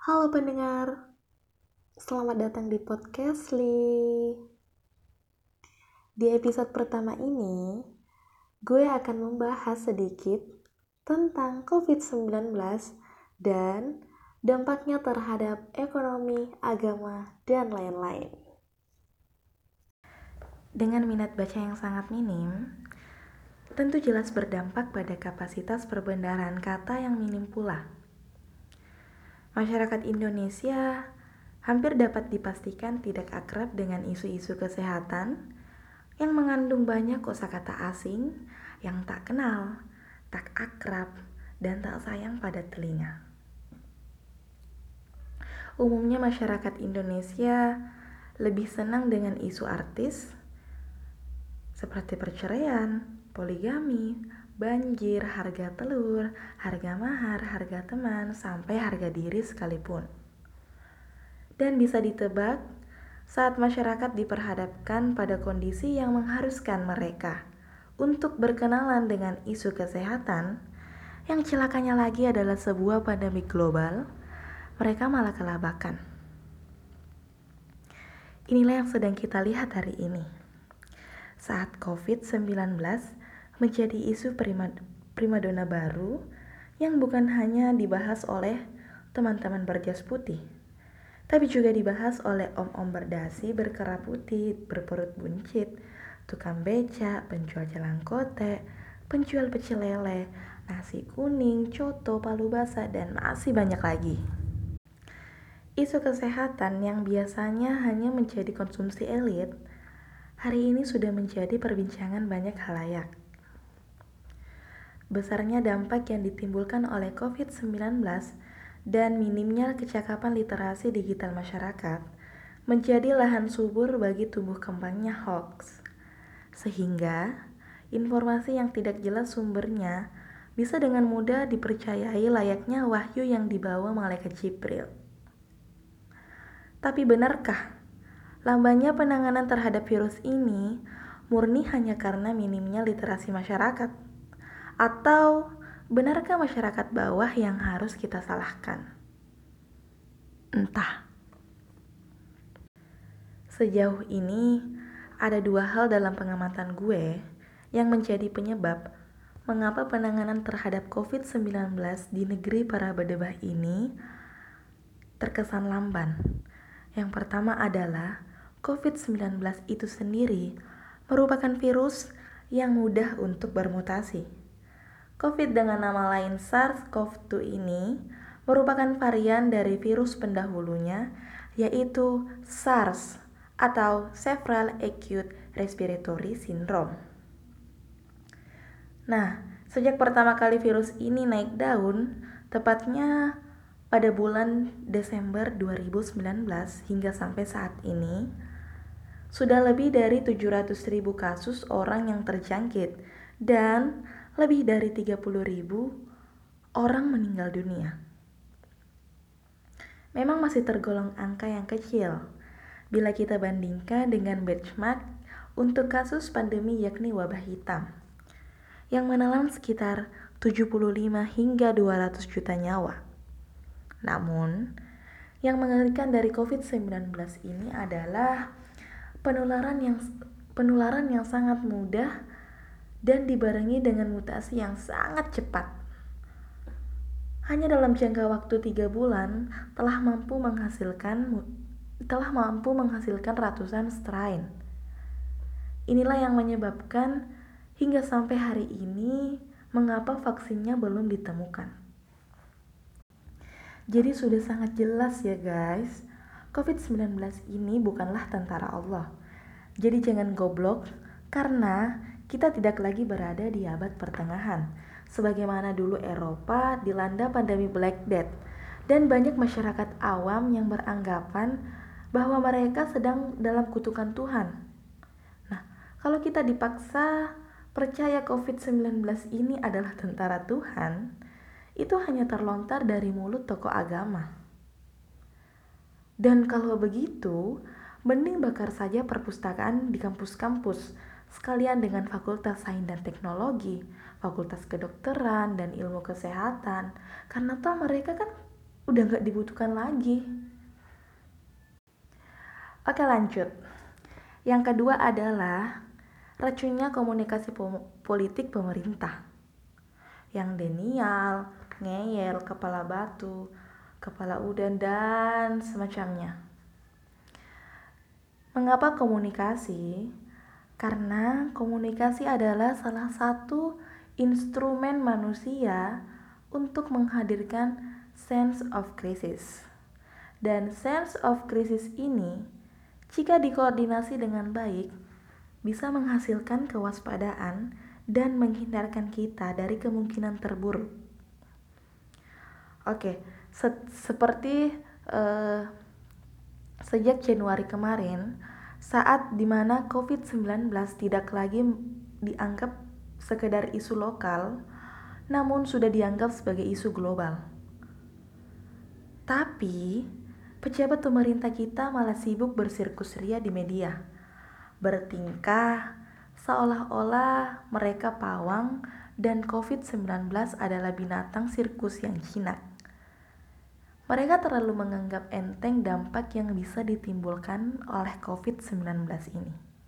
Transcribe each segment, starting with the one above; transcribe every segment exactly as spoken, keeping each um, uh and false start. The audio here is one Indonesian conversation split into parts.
Halo pendengar, selamat datang di podcast Li. Di episode pertama ini, gue akan membahas sedikit tentang covid sembilan belas dan dampaknya terhadap ekonomi, agama, dan lain-lain. Dengan minat baca yang sangat minim, tentu jelas berdampak pada kapasitas perbendaharaan kata yang minim pula. Masyarakat Indonesia hampir dapat dipastikan tidak akrab dengan isu-isu kesehatan yang mengandung banyak kosakata asing yang tak kenal, tak akrab, dan tak sayang pada telinga. Umumnya masyarakat Indonesia lebih senang dengan isu artis seperti perceraian, poligami, banjir, harga telur, harga mahar, harga teman, sampai harga diri sekalipun. Dan bisa ditebak saat masyarakat diperhadapkan pada kondisi yang mengharuskan mereka untuk berkenalan dengan isu kesehatan, yang celakanya lagi adalah sebuah pandemi global, mereka malah kelabakan. Inilah yang sedang kita lihat hari ini. Saat covid sembilan belas menjadi isu prima, primadona baru yang bukan hanya dibahas oleh teman-teman berjas putih, tapi juga dibahas oleh om-om berdasi berkerah putih, berperut buncit, tukang beca, penjual jalan kote, penjual pecel lele, nasi kuning, coto, palu basah, dan masih banyak lagi. Isu kesehatan yang biasanya hanya menjadi konsumsi elit, hari ini sudah menjadi perbincangan banyak halayak. Besarnya dampak yang ditimbulkan oleh covid sembilan belas dan minimnya kecakapan literasi digital masyarakat menjadi lahan subur bagi tumbuh kembangnya hoax. Sehingga informasi yang tidak jelas sumbernya bisa dengan mudah dipercayai layaknya wahyu yang dibawa malaikat Jibril. Tapi benarkah lambannya penanganan terhadap virus ini murni hanya karena minimnya literasi masyarakat? Atau benarkah masyarakat bawah yang harus kita salahkan? Entah. Sejauh ini, ada dua hal dalam pengamatan gue yang menjadi penyebab mengapa penanganan terhadap covid sembilan belas di negeri para bedebah ini terkesan lamban. Yang pertama adalah covid sembilan belas itu sendiri merupakan virus yang mudah untuk bermutasi. Covid dengan nama lain SARS-CoV dua ini merupakan varian dari virus pendahulunya, yaitu SARS atau Severe Acute Respiratory Syndrome. Nah, sejak pertama kali virus ini naik daun, tepatnya pada bulan Desember dua ribu sembilan belas hingga sampai saat ini, sudah lebih dari tujuh ratus ribu kasus orang yang terjangkit dan lebih dari tiga puluh ribu orang meninggal dunia. Memang masih tergolong angka yang kecil bila kita bandingkan dengan benchmark untuk kasus pandemi yakni wabah hitam yang menelan sekitar tujuh puluh lima hingga dua ratus juta nyawa. Namun, yang mengerikan dari covid sembilan belas ini adalah penularan yang penularan yang sangat mudah dan dibarengi dengan mutasi yang sangat cepat. Hanya dalam jangka waktu tiga bulan telah mampu menghasilkan telah mampu menghasilkan ratusan strain. Inilah yang menyebabkan hingga sampai hari ini mengapa vaksinnya belum ditemukan. Jadi sudah sangat jelas ya guys, covid sembilan belas ini bukanlah tentara Allah. Jadi jangan goblok karena kita tidak lagi berada di abad pertengahan, sebagaimana dulu Eropa dilanda pandemi Black Death, dan banyak masyarakat awam yang beranggapan bahwa mereka sedang dalam kutukan Tuhan. Nah, kalau kita dipaksa percaya covid sembilan belas ini adalah tentara Tuhan, itu hanya terlontar dari mulut tokoh agama. Dan kalau begitu, mending bakar saja perpustakaan di kampus-kampus, sekalian dengan Fakultas Sains dan Teknologi, Fakultas Kedokteran, dan Ilmu Kesehatan, karena toh mereka kan udah nggak dibutuhkan lagi. Oke, lanjut. Yang kedua adalah racunnya komunikasi politik pemerintah. Yang denial, ngeyel, kepala batu, kepala udan, dan semacamnya. Mengapa komunikasi? Karena komunikasi adalah salah satu instrumen manusia untuk menghadirkan sense of crisis. Dan sense of crisis ini, jika dikoordinasi dengan baik, bisa menghasilkan kewaspadaan dan menghindarkan kita dari kemungkinan terburuk. Oke, se- seperti uh, sejak Januari kemarin, saat dimana covid sembilan belas tidak lagi dianggap sekedar isu lokal, namun sudah dianggap sebagai isu global. Tapi, pejabat pemerintah kita malah sibuk bersirkus ria di media, bertingkah seolah-olah mereka pawang dan covid sembilan belas adalah binatang sirkus yang jinak. Mereka terlalu menganggap enteng dampak yang bisa ditimbulkan oleh covid sembilan belas ini.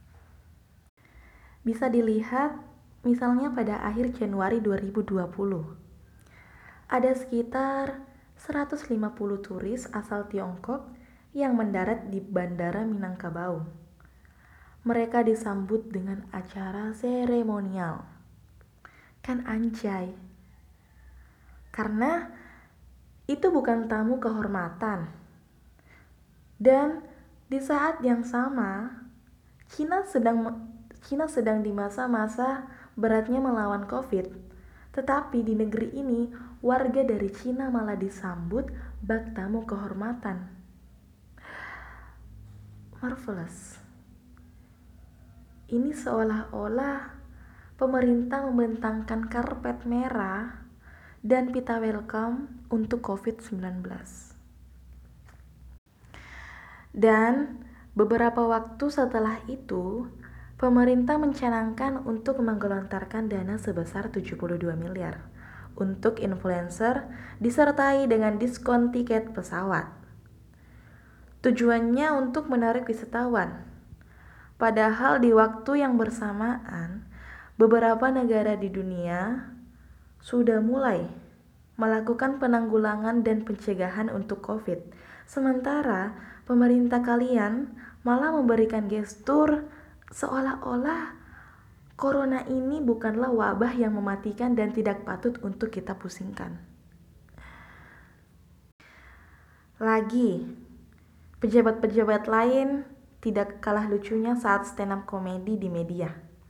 Bisa dilihat misalnya pada akhir Januari dua ribu dua puluh. Ada sekitar seratus lima puluh turis asal Tiongkok yang mendarat di Bandara Minangkabau. Mereka disambut dengan acara seremonial. Kan anjay. Karena itu bukan tamu kehormatan. Dan di saat yang sama, Cina sedang Cina sedang di masa-masa beratnya melawan Covid. Tetapi di negeri ini, warga dari Cina malah disambut bak tamu kehormatan. Marvelous. Ini seolah-olah pemerintah membentangkan karpet merah dan pita welcome untuk covid sembilan belas. Dan beberapa waktu setelah itu, pemerintah mencanangkan untuk menggelontorkan dana sebesar tujuh puluh dua miliar untuk influencer disertai dengan diskon tiket pesawat. Tujuannya untuk menarik wisatawan. Padahal di waktu yang bersamaan, beberapa negara di dunia sudah mulai melakukan penanggulangan dan pencegahan untuk Covid. Sementara pemerintah kalian malah memberikan gestur seolah-olah corona ini bukanlah wabah yang mematikan dan tidak patut untuk kita pusingkan. Lagi, pejabat-pejabat lain tidak kalah lucunya saat stand up komedi di media.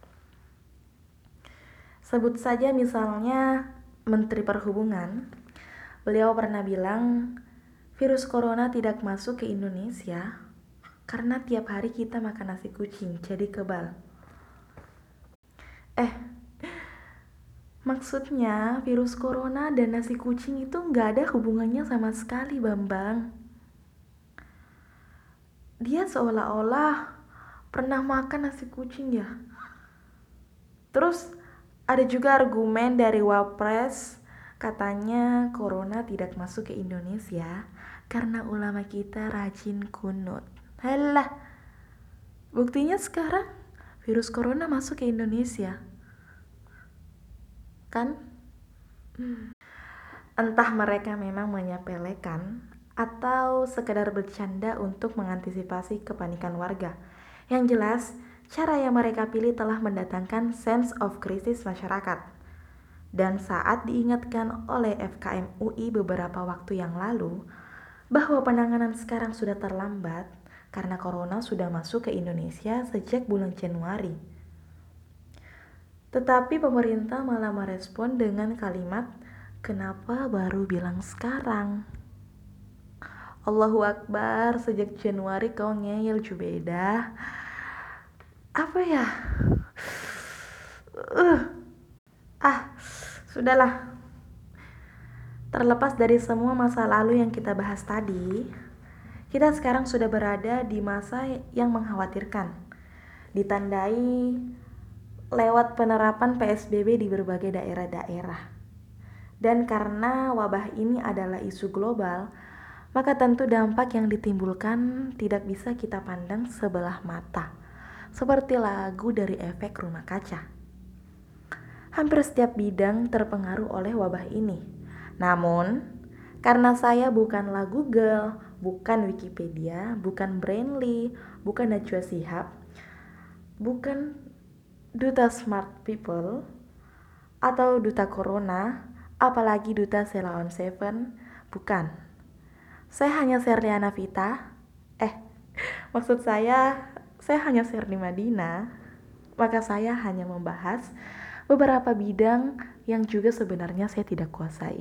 Sebut saja misalnya Menteri Perhubungan. Beliau pernah bilang virus corona tidak masuk ke Indonesia karena tiap hari kita makan nasi kucing jadi kebal. Eh, maksudnya virus corona dan nasi kucing itu nggak ada hubungannya sama sekali, Bambang. Dia seolah-olah pernah makan nasi kucing ya. Terus ada juga argumen dari Wapres, katanya corona tidak masuk ke Indonesia karena ulama kita rajin kunut. Halah, buktinya sekarang virus corona masuk ke Indonesia. Kan? Entah mereka memang menyepelekan atau sekedar bercanda untuk mengantisipasi kepanikan warga. Yang jelas, cara yang mereka pilih telah mendatangkan sense of crisis masyarakat. Dan saat diingatkan oleh F K M U I beberapa waktu yang lalu bahwa penanganan sekarang sudah terlambat karena corona sudah masuk ke Indonesia sejak bulan Januari. Tetapi pemerintah malah merespon dengan kalimat, "Kenapa baru bilang sekarang?" Allahu Akbar, sejak Januari kau ngeyel Jubedah. Apa ya? Uh. Ah, sudahlah. Terlepas dari semua masa lalu yang kita bahas tadi, kita sekarang sudah berada di masa yang mengkhawatirkan. Ditandai lewat penerapan P S B B di berbagai daerah-daerah. Dan karena wabah ini adalah isu global, maka tentu dampak yang ditimbulkan tidak bisa kita pandang sebelah mata. Seperti lagu dari efek rumah kaca. Hampir setiap bidang terpengaruh oleh wabah ini. Namun, karena saya bukanlah Google, bukan Wikipedia, bukan Brainly, bukan Najwa Shihab, bukan Duta Smart People, atau Duta Corona, apalagi Duta Sheila on Seven, bukan. Saya hanya Serliana Vita, eh, maksud saya, saya hanya Serdi Madina, maka saya hanya membahas beberapa bidang yang juga sebenarnya saya tidak kuasai.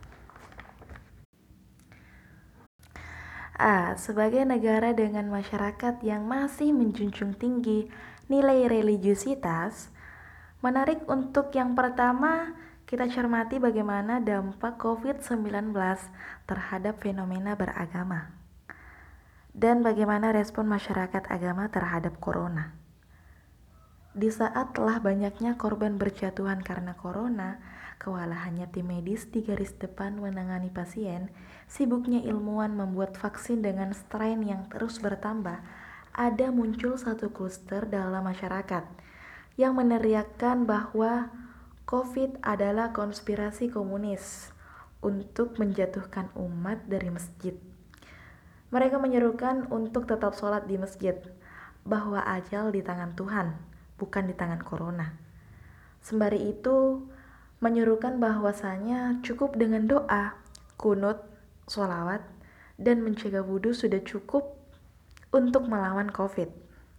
A. Sebagai negara dengan masyarakat yang masih menjunjung tinggi nilai religiusitas, menarik untuk yang pertama kita cermati bagaimana dampak covid sembilan belas terhadap fenomena beragama dan bagaimana respon masyarakat agama terhadap corona. Di saat telah banyaknya korban berjatuhan karena corona, kewalahannya tim medis di garis depan menangani pasien, sibuknya ilmuwan membuat vaksin dengan strain yang terus bertambah, ada muncul satu kluster dalam masyarakat yang meneriakkan bahwa COVID adalah konspirasi komunis untuk menjatuhkan umat dari masjid. Mereka menyerukan untuk tetap sholat di masjid, bahwa ajal di tangan Tuhan, bukan di tangan corona. Sembari itu, menyerukan bahwasanya cukup dengan doa, kunut, sholawat, dan mencegah wudhu sudah cukup untuk melawan COVID.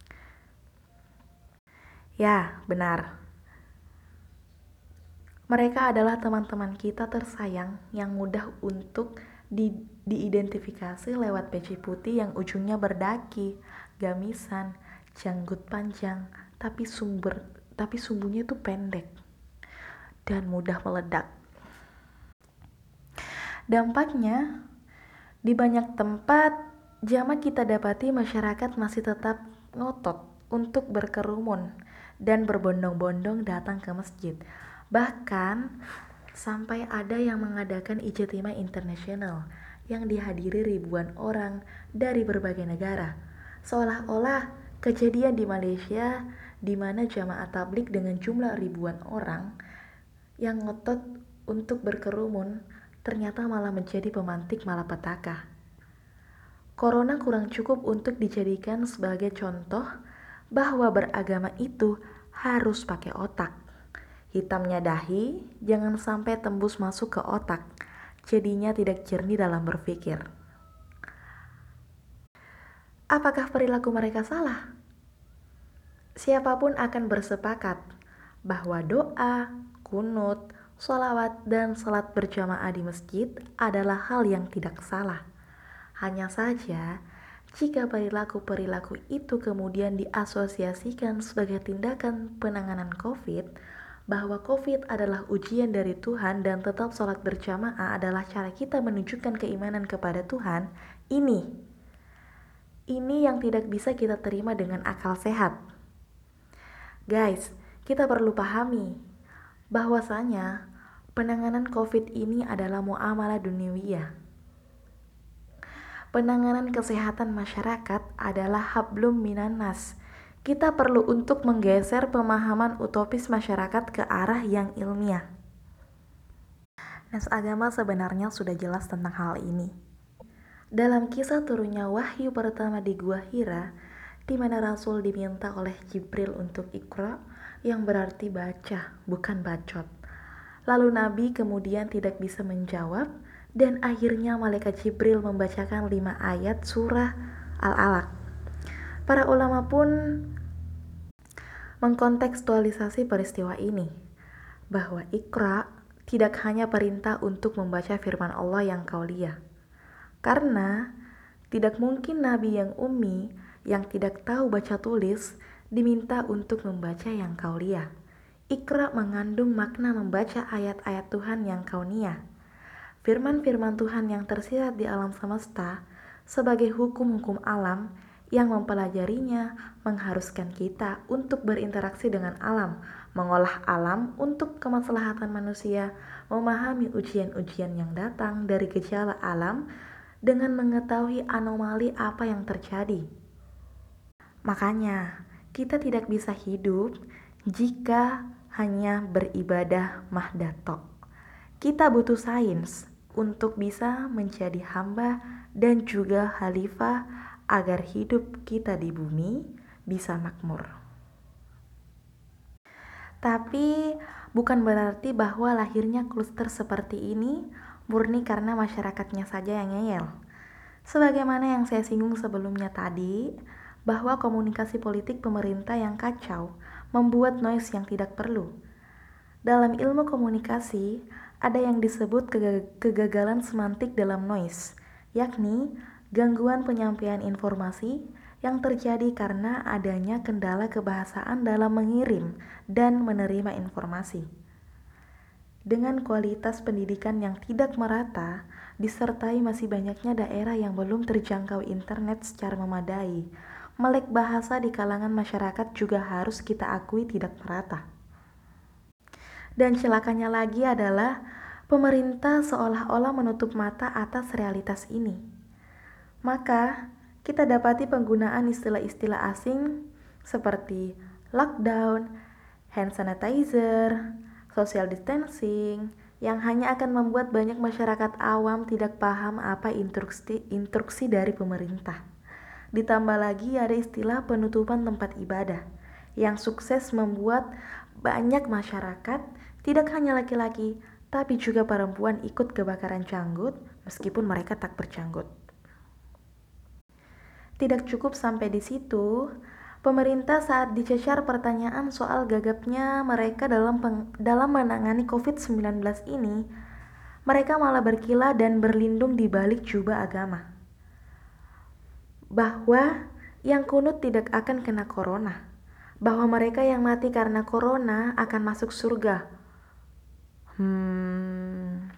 Ya, benar. Mereka adalah teman-teman kita tersayang yang mudah untuk di, diidentifikasi lewat peci putih yang ujungnya berdaki, gamisan, janggut panjang, tapi sumber tapi sumbunya itu pendek dan mudah meledak. Dampaknya, di banyak tempat jamak kita dapati masyarakat masih tetap ngotot untuk berkerumun dan berbondong-bondong datang ke masjid. Bahkan sampai ada yang mengadakan ijtima internasional yang dihadiri ribuan orang dari berbagai negara. Seolah-olah kejadian di Malaysia di mana jamaah tabligh dengan jumlah ribuan orang yang ngotot untuk berkerumun ternyata malah menjadi pemantik malapetaka. Corona kurang cukup untuk dijadikan sebagai contoh bahwa beragama itu harus pakai otak. Hitamnya dahi jangan sampai tembus masuk ke otak, jadinya tidak jernih dalam berpikir. Apakah perilaku mereka salah? Siapapun akan bersepakat bahwa doa, kunut, sholawat, dan salat berjamaah di masjid adalah hal yang tidak salah. Hanya saja, jika perilaku-perilaku itu kemudian diasosiasikan sebagai tindakan penanganan COVID, bahwa COVID adalah ujian dari Tuhan dan tetap sholat berjamaah adalah cara kita menunjukkan keimanan kepada Tuhan, ini, ini yang tidak bisa kita terima dengan akal sehat. Guys, kita perlu pahami bahwasanya penanganan COVID ini adalah muamalah duniawiyah. Penanganan kesehatan masyarakat adalah hablum minan nas. Kita perlu untuk menggeser pemahaman utopis masyarakat ke arah yang ilmiah. Nas agama sebenarnya sudah jelas tentang hal ini. Dalam kisah turunnya wahyu pertama di Gua Hira, di mana Rasul diminta oleh Jibril untuk Iqra, yang berarti baca, bukan bacot. Lalu Nabi kemudian tidak bisa menjawab, dan akhirnya malaikat Jibril membacakan lima ayat surah Al-Alaq. Para ulama pun mengkontekstualisasi peristiwa ini, bahwa Iqra tidak hanya perintah untuk membaca firman Allah yang kauliah, karena tidak mungkin Nabi yang ummi, yang tidak tahu baca tulis, diminta untuk membaca yang kauliah. Iqra mengandung makna membaca ayat-ayat Tuhan yang kauniyah, firman-firman Tuhan yang tersirat di alam semesta sebagai hukum-hukum alam yang mempelajarinya mengharuskan kita untuk berinteraksi dengan alam, mengolah alam untuk kemaslahatan manusia, memahami ujian-ujian yang datang dari gejala alam dengan mengetahui anomali apa yang terjadi. Makanya, kita tidak bisa hidup jika hanya beribadah mahdatok. Kita butuh sains untuk bisa menjadi hamba dan juga khalifah agar hidup kita di bumi bisa makmur. Tapi bukan berarti bahwa lahirnya kluster seperti ini murni karena masyarakatnya saja yang ngeyel. Sebagaimana yang saya singgung sebelumnya tadi, bahwa komunikasi politik pemerintah yang kacau membuat noise yang tidak perlu. Dalam ilmu komunikasi, ada yang disebut kegagalan semantik dalam noise, yakni gangguan penyampaian informasi yang terjadi karena adanya kendala kebahasaan dalam mengirim dan menerima informasi. Dengan kualitas pendidikan yang tidak merata, disertai masih banyaknya daerah yang belum terjangkau internet secara memadai, melek bahasa di kalangan masyarakat juga harus kita akui tidak merata. Dan celakanya lagi adalah pemerintah seolah-olah menutup mata atas realitas ini. Maka, kita dapati penggunaan istilah-istilah asing seperti lockdown, hand sanitizer, social distancing yang hanya akan membuat banyak masyarakat awam tidak paham apa instruksi, instruksi dari pemerintah. Ditambah lagi ada istilah penutupan tempat ibadah yang sukses membuat banyak masyarakat, tidak hanya laki-laki, tapi juga perempuan ikut kebakaran janggut meskipun mereka tak berjanggut. Tidak cukup sampai di situ, pemerintah saat dicecar pertanyaan soal gagapnya mereka dalam peng, dalam menangani covid sembilan belas ini, mereka malah berkilah dan berlindung di balik jubah agama. Bahwa yang kunut tidak akan kena corona, bahwa mereka yang mati karena corona akan masuk surga. Hmm.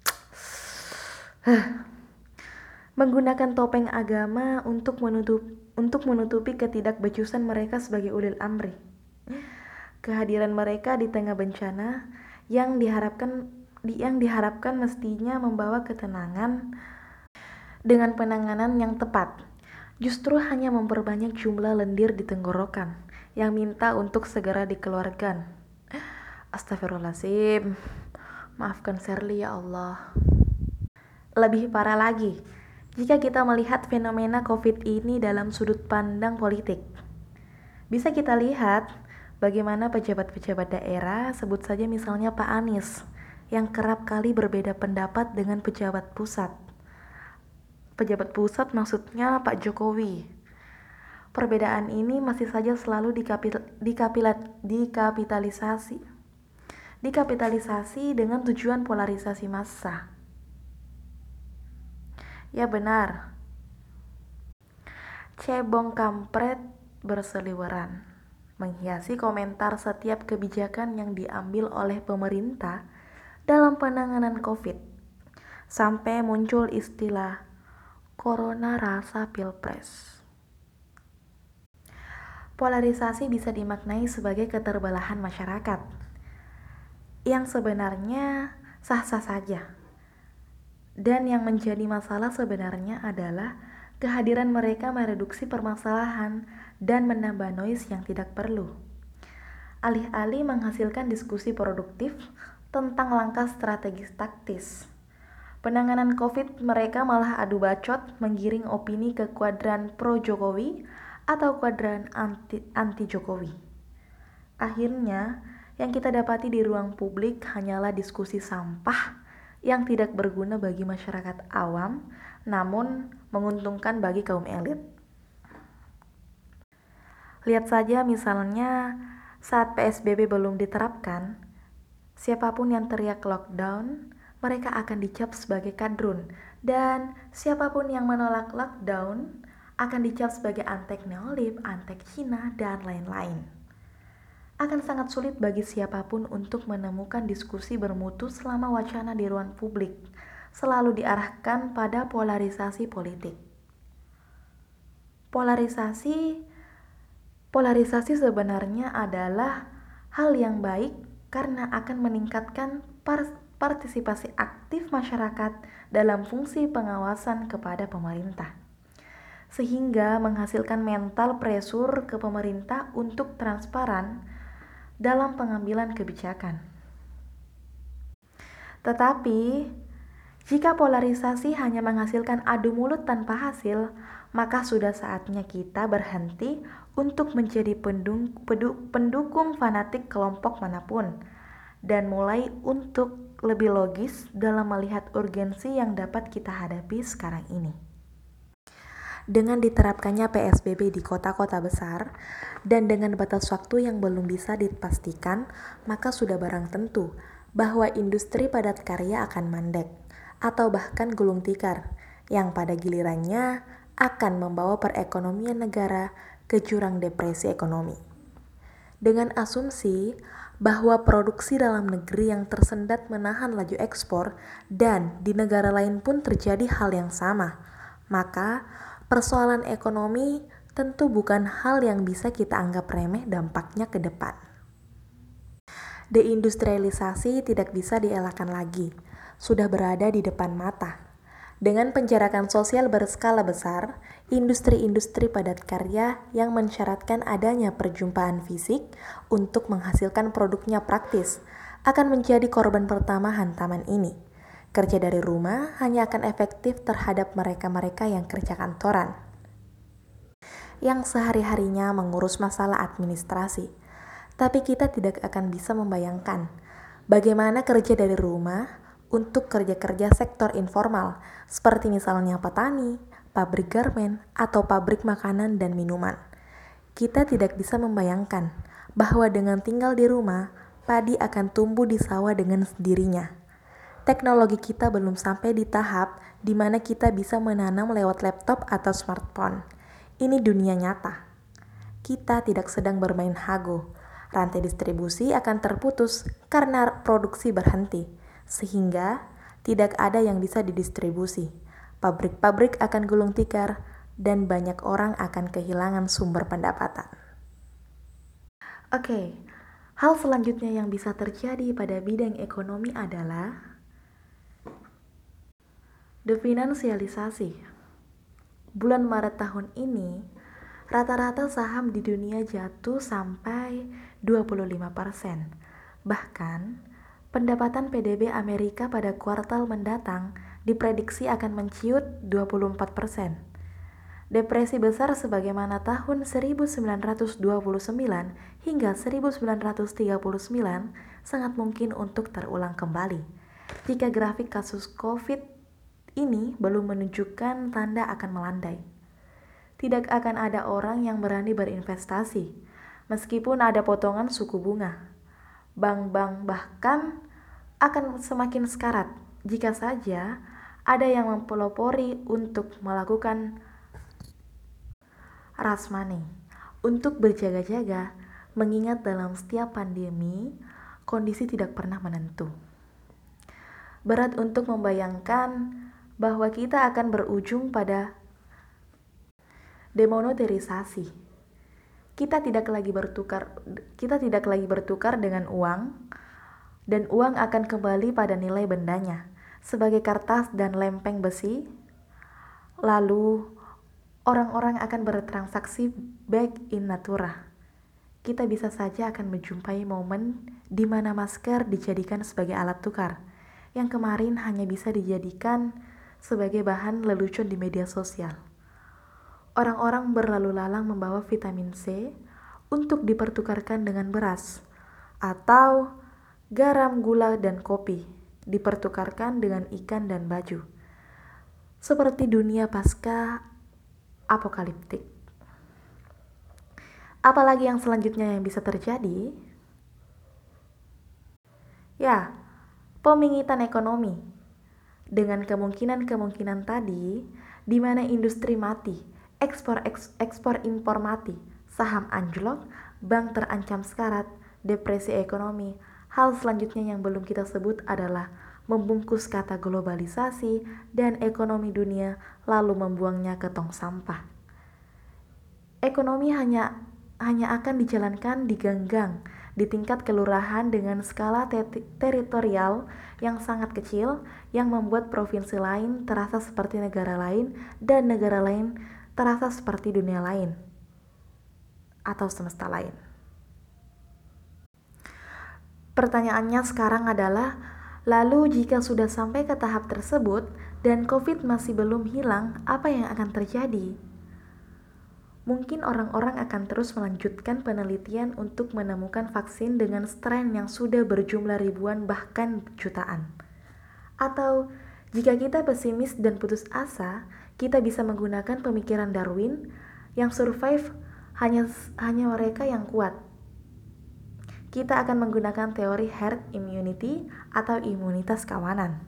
Menggunakan topeng agama untuk menutup untuk menutupi ketidakbecusan mereka sebagai ulil amri. Kehadiran mereka di tengah bencana yang diharapkan yang diharapkan mestinya membawa ketenangan dengan penanganan yang tepat, justru hanya memperbanyak jumlah lendir di tenggorokan yang minta untuk segera dikeluarkan. Astagfirullahaladzim, maafkan Sherly ya Allah. Lebih parah lagi, jika kita melihat fenomena COVID ini dalam sudut pandang politik, bisa kita lihat bagaimana pejabat-pejabat daerah, sebut saja misalnya Pak Anies, yang kerap kali berbeda pendapat dengan pejabat pusat. Pejabat pusat maksudnya Pak Jokowi. Perbedaan ini masih saja selalu dikapital, dikapilat, dikapitalisasi. Dikapitalisasi dengan tujuan polarisasi massa. Ya benar, cebong kampret berseliweran menghiasi komentar setiap kebijakan yang diambil oleh pemerintah dalam penanganan COVID, sampai muncul istilah Corona rasa pilpres. Polarisasi bisa dimaknai sebagai keterbelahan masyarakat, yang sebenarnya sah-sah saja. Dan yang menjadi masalah sebenarnya adalah kehadiran mereka mereduksi permasalahan dan menambah noise yang tidak perlu. Alih-alih menghasilkan diskusi produktif tentang langkah strategis taktis, penanganan COVID mereka malah adu bacot menggiring opini ke kuadran pro-Jokowi atau kuadran anti, anti-Jokowi. Akhirnya, yang kita dapati di ruang publik hanyalah diskusi sampah yang tidak berguna bagi masyarakat awam, namun menguntungkan bagi kaum elit. Lihat saja misalnya saat P S B B belum diterapkan, siapapun yang teriak lockdown, mereka akan dicap sebagai kadrun, dan siapapun yang menolak lockdown akan dicap sebagai antek neolib, antek Cina, dan lain-lain. Akan sangat sulit bagi siapapun untuk menemukan diskusi bermutu selama wacana di ruang publik selalu diarahkan pada polarisasi politik. Polarisasi polarisasi sebenarnya adalah hal yang baik karena akan meningkatkan partisipasi aktif masyarakat dalam fungsi pengawasan kepada pemerintah, sehingga menghasilkan mental pressure ke pemerintah untuk transparan dalam pengambilan kebijakan. Tetapi, jika polarisasi hanya menghasilkan adu mulut tanpa hasil, maka sudah saatnya kita berhenti untuk menjadi pendung, pedu, pendukung fanatik kelompok manapun, dan mulai untuk lebih logis dalam melihat urgensi yang dapat kita hadapi sekarang ini. Dengan diterapkannya P S B B di kota-kota besar dan dengan batas waktu yang belum bisa dipastikan, maka sudah barang tentu bahwa industri padat karya akan mandek atau bahkan gulung tikar yang pada gilirannya akan membawa perekonomian negara ke jurang depresi ekonomi. Dengan asumsi bahwa produksi dalam negeri yang tersendat menahan laju ekspor dan di negara lain pun terjadi hal yang sama, maka persoalan ekonomi tentu bukan hal yang bisa kita anggap remeh dampaknya ke depan. Deindustrialisasi tidak bisa dielakkan lagi, sudah berada di depan mata. Dengan penjarakan sosial berskala besar, industri-industri padat karya yang mensyaratkan adanya perjumpaan fisik untuk menghasilkan produknya praktis akan menjadi korban pertama hantaman ini. Kerja dari rumah hanya akan efektif terhadap mereka-mereka yang kerja kantoran, yang sehari-harinya mengurus masalah administrasi. Tapi kita tidak akan bisa membayangkan bagaimana kerja dari rumah untuk kerja-kerja sektor informal, seperti misalnya petani, pabrik garmen, atau pabrik makanan dan minuman. Kita tidak bisa membayangkan bahwa dengan tinggal di rumah, padi akan tumbuh di sawah dengan sendirinya. Teknologi kita belum sampai di tahap di mana kita bisa menanam lewat laptop atau smartphone. Ini dunia nyata. Kita tidak sedang bermain hago. Rantai distribusi akan terputus karena produksi berhenti, sehingga tidak ada yang bisa didistribusi. Pabrik-pabrik akan gulung tikar, dan banyak orang akan kehilangan sumber pendapatan. Oke, hal selanjutnya yang bisa terjadi pada bidang ekonomi adalah definansialisasi. Bulan Maret tahun ini, rata-rata saham di dunia jatuh sampai dua puluh lima persen. Bahkan, pendapatan P D B Amerika pada kuartal mendatang diprediksi akan menciut dua puluh empat persen. Depresi besar sebagaimana tahun seribu sembilan ratus dua puluh sembilan hingga seribu sembilan ratus tiga puluh sembilan sangat mungkin untuk terulang kembali jika grafik kasus COVID ini belum menunjukkan tanda akan melandai. Tidak akan ada orang yang berani berinvestasi meskipun ada potongan suku bunga. Bank-bank bahkan akan semakin sekarat jika saja ada yang mempelopori untuk melakukan rush money untuk berjaga-jaga, mengingat dalam setiap pandemi kondisi tidak pernah menentu. Berat untuk membayangkan bahwa kita akan berujung pada demonetarisasi. Kita tidak lagi bertukar kita tidak lagi bertukar dengan uang, dan uang akan kembali pada nilai bendanya sebagai kertas dan lempeng besi. Lalu orang-orang akan bertransaksi back in natura. Kita bisa saja akan menjumpai momen di mana masker dijadikan sebagai alat tukar, yang kemarin hanya bisa dijadikan sebagai bahan lelucon di media sosial. Orang-orang berlalu lalang membawa vitamin C untuk dipertukarkan dengan beras, atau garam, gula, dan kopi dipertukarkan dengan ikan dan baju. Seperti dunia pasca apokaliptik. Apalagi yang selanjutnya yang bisa terjadi? Ya, pemingitan ekonomi. Dengan kemungkinan-kemungkinan tadi, di mana industri mati, ekspor eks, ekspor impor mati, saham anjlok, bank terancam sekarat, depresi ekonomi. Hal selanjutnya yang belum kita sebut adalah membungkus kata globalisasi dan ekonomi dunia lalu membuangnya ke tong sampah. Ekonomi hanya hanya akan dijalankan di ganggang di tingkat kelurahan dengan skala te- teritorial yang sangat kecil yang membuat provinsi lain terasa seperti negara lain dan negara lain terasa seperti dunia lain atau semesta lain. Pertanyaannya sekarang adalah, lalu jika sudah sampai ke tahap tersebut dan COVID masih belum hilang, apa yang akan terjadi? Mungkin orang-orang akan terus melanjutkan penelitian untuk menemukan vaksin dengan strain yang sudah berjumlah ribuan bahkan jutaan. Atau jika kita pesimis dan putus asa, kita bisa menggunakan pemikiran Darwin yang survive hanya hanya mereka yang kuat. Kita akan menggunakan teori herd immunity atau imunitas kawanan.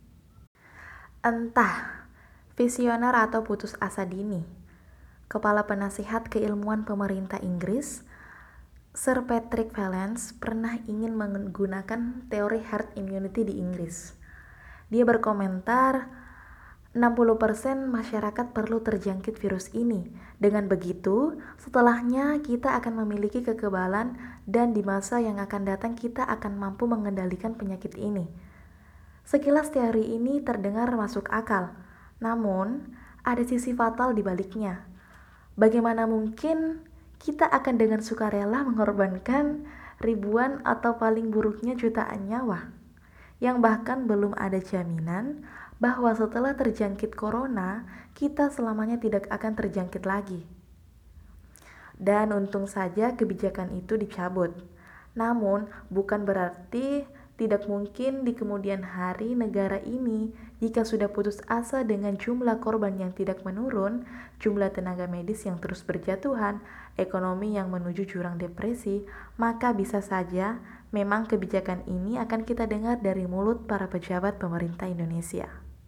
Entah visioner atau putus asa dini, Kepala Penasihat Keilmuan Pemerintah Inggris, Sir Patrick Vallance pernah ingin menggunakan teori herd immunity di Inggris. Dia berkomentar, enam puluh persen masyarakat perlu terjangkit virus ini. Dengan begitu, setelahnya kita akan memiliki kekebalan dan di masa yang akan datang kita akan mampu mengendalikan penyakit ini. Sekilas teori ini terdengar masuk akal, namun ada sisi fatal di baliknya. Bagaimana mungkin kita akan dengan sukarela mengorbankan ribuan atau paling buruknya jutaan nyawa, yang bahkan belum ada jaminan bahwa setelah terjangkit corona, kita selamanya tidak akan terjangkit lagi. Dan untung saja kebijakan itu dicabut. Namun, bukan berarti tidak mungkin di kemudian hari negara ini, jika sudah putus asa dengan jumlah korban yang tidak menurun, jumlah tenaga medis yang terus berjatuhan, ekonomi yang menuju jurang depresi, maka bisa saja memang kebijakan ini akan kita dengar dari mulut para pejabat pemerintah Indonesia.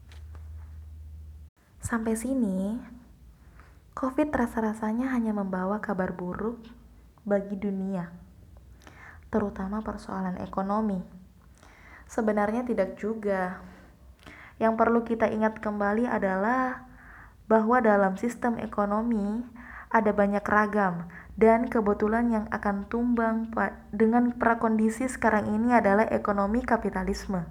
Sampai sini, COVID rasa-rasanya hanya membawa kabar buruk bagi dunia, terutama persoalan ekonomi. Sebenarnya tidak juga. Yang perlu kita ingat kembali adalah bahwa dalam sistem ekonomi ada banyak ragam, dan kebetulan yang akan tumbang dengan prakondisi sekarang ini adalah ekonomi kapitalisme.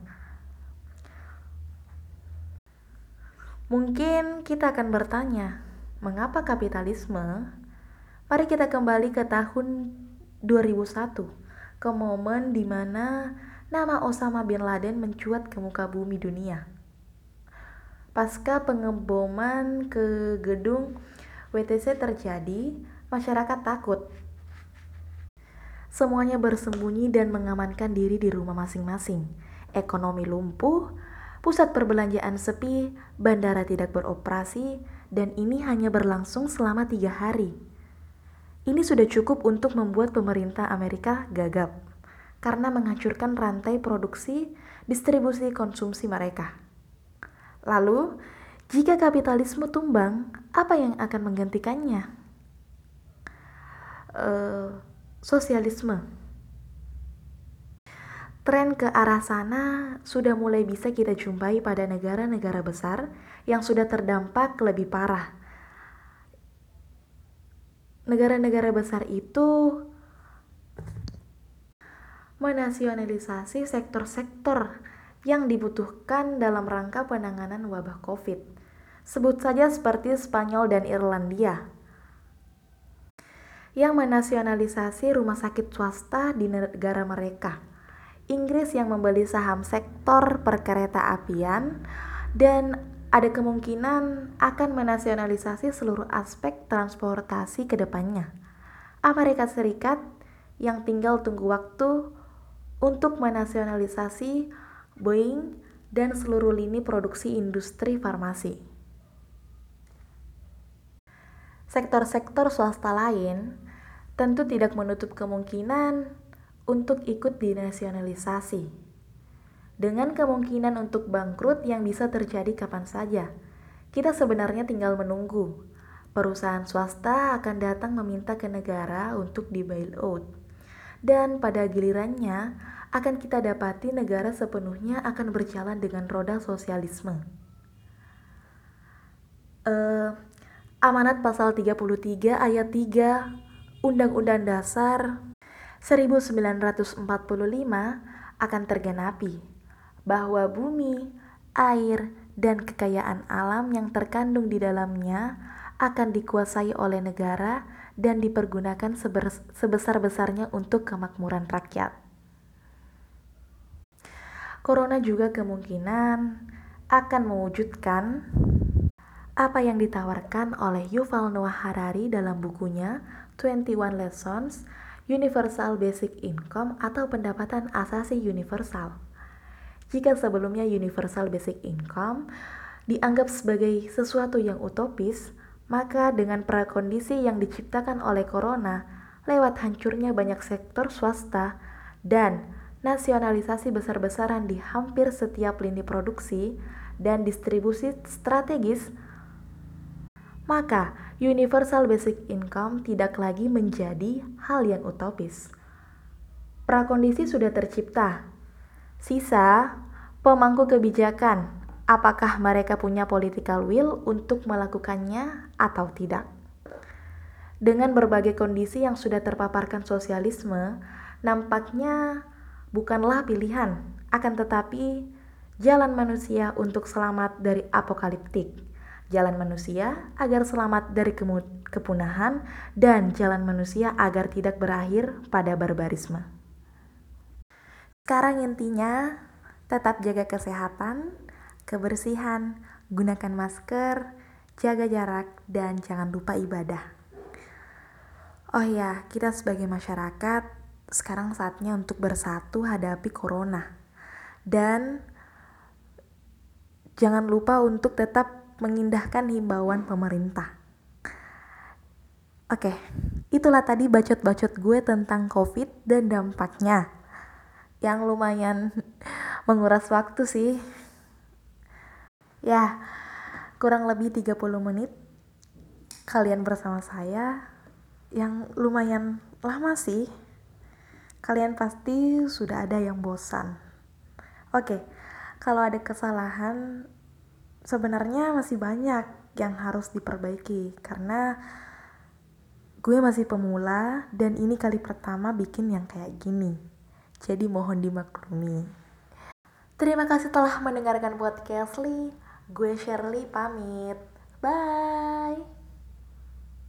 Mungkin kita akan bertanya, mengapa kapitalisme? Mari kita kembali ke tahun dua ribu satu, ke momen di mana nama Osama bin Laden mencuat ke muka bumi dunia. Pasca pengeboman ke gedung W T C terjadi, masyarakat takut. Semuanya bersembunyi dan mengamankan diri di rumah masing-masing. Ekonomi lumpuh, pusat perbelanjaan sepi, bandara tidak beroperasi, dan ini hanya berlangsung selama tiga hari. Ini sudah cukup untuk membuat pemerintah Amerika gagap, karena menghancurkan rantai produksi, distribusi, konsumsi mereka. Lalu, jika kapitalisme tumbang, apa yang akan menggantikannya? Uh, sosialisme. Tren ke arah sana sudah mulai bisa kita jumpai pada negara-negara besar yang sudah terdampak lebih parah. Negara-negara besar itu menasionalisasi sektor-sektor yang dibutuhkan dalam rangka penanganan wabah COVID. Sebut saja seperti Spanyol dan Irlandia, yang menasionalisasi rumah sakit swasta di negara mereka. Inggris yang membeli saham sektor perkereta apian, dan ada kemungkinan akan menasionalisasi seluruh aspek transportasi ke depannya. Amerika Serikat yang tinggal tunggu waktu untuk menasionalisasi Boeing dan seluruh lini produksi industri farmasi. Sektor-sektor swasta lain tentu tidak menutup kemungkinan untuk ikut dinasionalisasi, dengan kemungkinan untuk bangkrut yang bisa terjadi kapan saja. Kita sebenarnya tinggal menunggu. Perusahaan swasta akan datang meminta ke negara untuk di bailout, dan pada gilirannya akan kita dapati negara sepenuhnya akan berjalan dengan roda sosialisme. Uh, Amanat pasal tiga puluh tiga ayat tiga Undang-Undang Dasar seribu sembilan ratus empat puluh lima akan tergenapi bahwa bumi, air, dan kekayaan alam yang terkandung di dalamnya akan dikuasai oleh negara dan dipergunakan sebesar-besarnya untuk kemakmuran rakyat. Corona juga kemungkinan akan mewujudkan apa yang ditawarkan oleh Yuval Noah Harari dalam bukunya dua puluh satu Lessons Universal Basic Income atau pendapatan asasi universal. Jika sebelumnya Universal Basic Income dianggap sebagai sesuatu yang utopis, maka dengan prakondisi yang diciptakan oleh Corona lewat hancurnya banyak sektor swasta dan nasionalisasi besar-besaran di hampir setiap lini produksi dan distribusi strategis, maka Universal Basic Income tidak lagi menjadi hal yang utopis. Prakondisi sudah tercipta. Sisa pemangku kebijakan, apakah mereka punya political will untuk melakukannya atau tidak. Dengan berbagai kondisi yang sudah terpaparkan sosialisme, nampaknya bukanlah pilihan, akan tetapi jalan manusia untuk selamat dari apokaliptik, jalan manusia agar selamat dari kepunahan, dan jalan manusia agar tidak berakhir pada barbarisme. Sekarang intinya, tetap jaga kesehatan, kebersihan, gunakan masker, jaga jarak, dan jangan lupa ibadah. Oh ya, kita sebagai masyarakat, sekarang saatnya untuk bersatu hadapi corona. Dan jangan lupa untuk tetap mengindahkan himbauan pemerintah. Oke, itulah tadi bacot-bacot gue tentang COVID dan dampaknya. Yang lumayan menguras waktu sih. Ya, kurang lebih tiga puluh menit kalian bersama saya, yang lumayan lama sih. Kalian pasti sudah ada yang bosan. Oke, kalau ada kesalahan sebenarnya masih banyak yang harus diperbaiki karena gue masih pemula dan ini kali pertama bikin yang kayak gini. Jadi mohon dimaklumi. Terima kasih telah mendengarkan podcast Lee. Gue Shirley pamit. Bye.